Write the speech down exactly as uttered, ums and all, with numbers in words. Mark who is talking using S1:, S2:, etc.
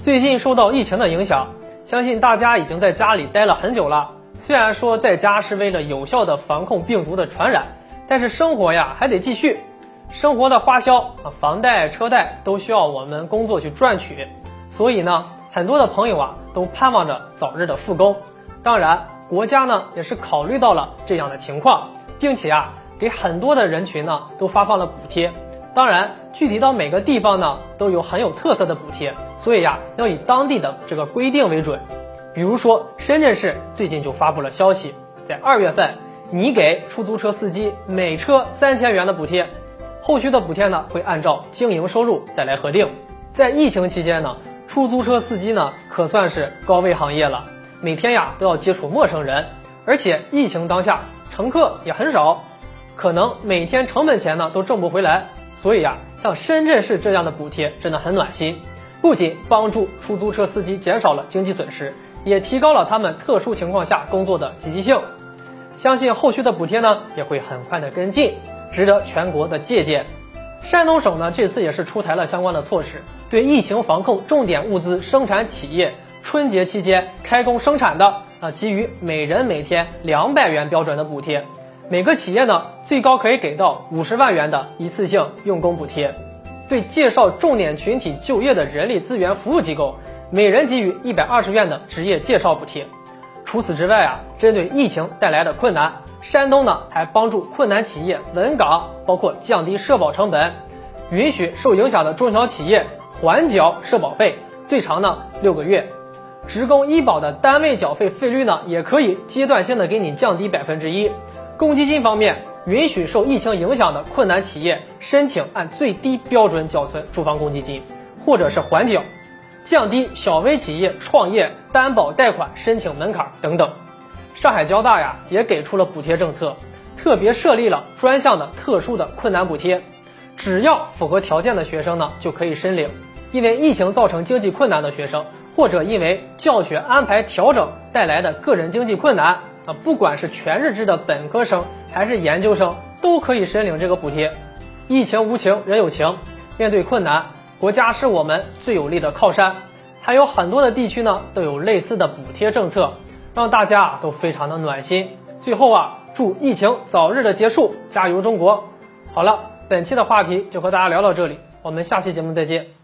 S1: 最近受到疫情的影响，相信大家已经在家里待了很久了。虽然说在家是为了有效的防控病毒的传染，但是生活呀还得继续。生活的花销啊，房贷、车贷都需要我们工作去赚取，所以呢，很多的朋友啊都盼望着早日的复工。当然，国家呢也是考虑到了这样的情况，并且啊给很多的人群呢都发放了补贴。当然，具体到每个地方呢都有很有特色的补贴，所以呀要以当地的这个规定为准。比如说，深圳市最近就发布了消息，在二月份，你给出租车司机每车三千元的补贴，后续的补贴呢会按照经营收入再来核定。在疫情期间呢，出租车司机呢可算是高危行业了，每天呀都要接触陌生人，而且疫情当下乘客也很少，可能每天成本钱呢都挣不回来。所以呀，像深圳市这样的补贴真的很暖心，不仅帮助出租车司机减少了经济损失，也提高了他们特殊情况下工作的积极性。相信后续的补贴呢也会很快的跟进，值得全国的借鉴。山东省呢这次也是出台了相关的措施，对疫情防控重点物资生产企业春节期间开工生产的啊，给予每人每天两百元标准的补贴。每个企业呢，最高可以给到五十万元的一次性用工补贴。对介绍重点群体就业的人力资源服务机构，每人给予一百二十元的职业介绍补贴。除此之外啊，针对疫情带来的困难，山东呢还帮助困难企业稳岗，包括降低社保成本，允许受影响的中小企业缓缴社保费，最长呢六个月。职工医保的单位缴费费率呢，也可以阶段性的给你降低百分之一。公积金方面，允许受疫情影响的困难企业申请按最低标准缴存住房公积金，或者是缓缴，降低小微企业创业担保贷款申请门槛等等。上海交大呀也给出了补贴政策，特别设立了专项的特殊的困难补贴，只要符合条件的学生呢就可以申领。因为疫情造成经济困难的学生，或者因为教学安排调整带来的个人经济困难啊，不管是全日制的本科生还是研究生，都可以申领这个补贴。疫情无情人有情，面对困难，国家是我们最有力的靠山。还有很多的地区呢都有类似的补贴政策，让大家啊都非常的暖心。最后啊，祝疫情早日的结束，加油中国！好了，本期的话题就和大家聊到这里，我们下期节目再见。